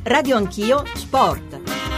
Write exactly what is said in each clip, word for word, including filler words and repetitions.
Radio Anch'io Sport.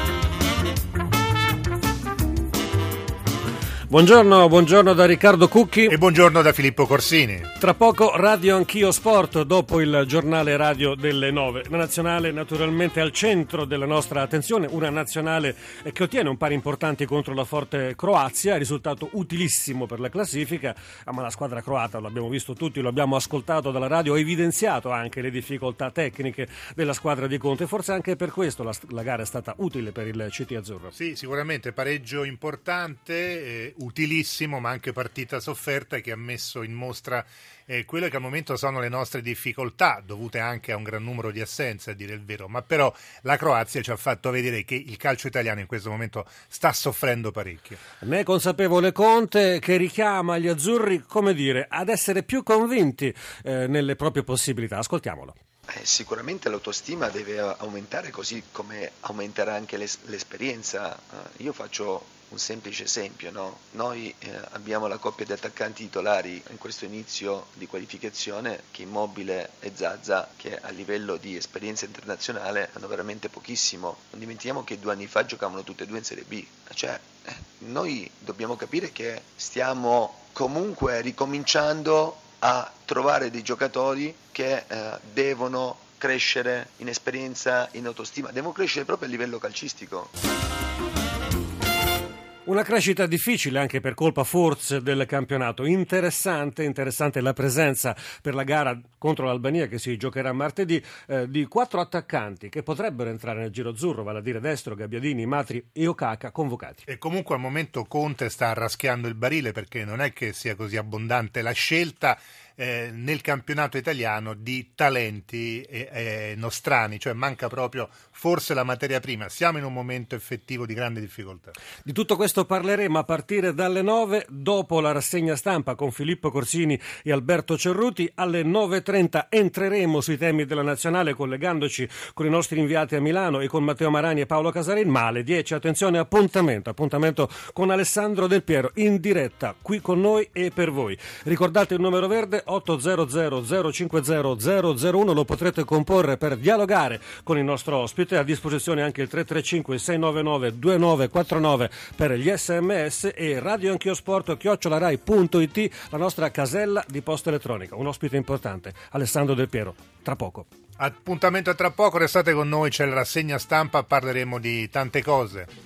Buongiorno, buongiorno da Riccardo Cucchi e buongiorno da Filippo Corsini. Tra poco Radio Anch'io Sport, dopo il giornale radio delle nove. La nazionale naturalmente al centro della nostra attenzione, una nazionale che ottiene un pari importanti contro la forte Croazia, risultato utilissimo per la classifica, ma la squadra croata, lo abbiamo visto tutti, lo abbiamo ascoltato dalla radio, ha evidenziato anche le difficoltà tecniche della squadra di Conte, forse anche per questo la, la gara è stata utile per il C T azzurro. Sì, sicuramente pareggio importante, eh, utilissimo, ma anche partita sofferta che ha messo in mostra eh, quello che al momento sono le nostre difficoltà, dovute anche a un gran numero di assenze, a dire il vero, ma però la Croazia ci ha fatto vedere che il calcio italiano in questo momento sta soffrendo parecchio. Ne è consapevole Conte, che richiama gli azzurri, come dire, ad essere più convinti eh, nelle proprie possibilità. Ascoltiamolo. Eh, sicuramente l'autostima deve aumentare, così come aumenterà anche l'es- l'esperienza. Eh, io faccio un semplice esempio, no? Noi eh, abbiamo la coppia di attaccanti titolari in questo inizio di qualificazione, che Immobile e Zaza, che a livello di esperienza internazionale hanno veramente pochissimo. Non dimentichiamo che due anni fa giocavano tutte e due in Serie B. Cioè, eh, noi dobbiamo capire che stiamo comunque ricominciando a trovare dei giocatori che eh, devono crescere in esperienza, in autostima, devono crescere proprio a livello calcistico. Una crescita difficile anche per colpa forse del campionato. Interessante, interessante la presenza per la gara contro l'Albania che si giocherà martedì eh, di quattro attaccanti che potrebbero entrare nel giro azzurro, vale a dire Destro, Gabbiadini, Matri e Okaka convocati. E comunque al momento Conte sta raschiando il barile, perché non è che sia così abbondante la scelta eh, nel campionato italiano di talenti eh, eh, nostrani, cioè manca proprio forse la materia prima. Siamo in un momento effettivo di grande difficoltà. Di tutto questo parleremo a partire dalle nove, dopo la rassegna stampa con Filippo Corsini e Alberto Cerruti. Alle nove e trenta entreremo sui temi della nazionale collegandoci con i nostri inviati a Milano e con Matteo Marani e Paolo Casarin, ma alle dieci, attenzione, appuntamento, appuntamento con Alessandro Del Piero in diretta qui con noi e per voi. Ricordate il numero verde otto zero zero zero cinque zero zero zero uno, lo potrete comporre per dialogare con il nostro ospite. A disposizione anche il tre tre cinque sei nove nove due nove quattro nove per gli sms e Radio Anch'io Sport chiocciola rai punto it, la nostra casella di posta elettronica. Un ospite importante, Alessandro Del Piero, tra poco. Appuntamento tra poco, restate con noi, c'è la rassegna stampa, parleremo di tante cose.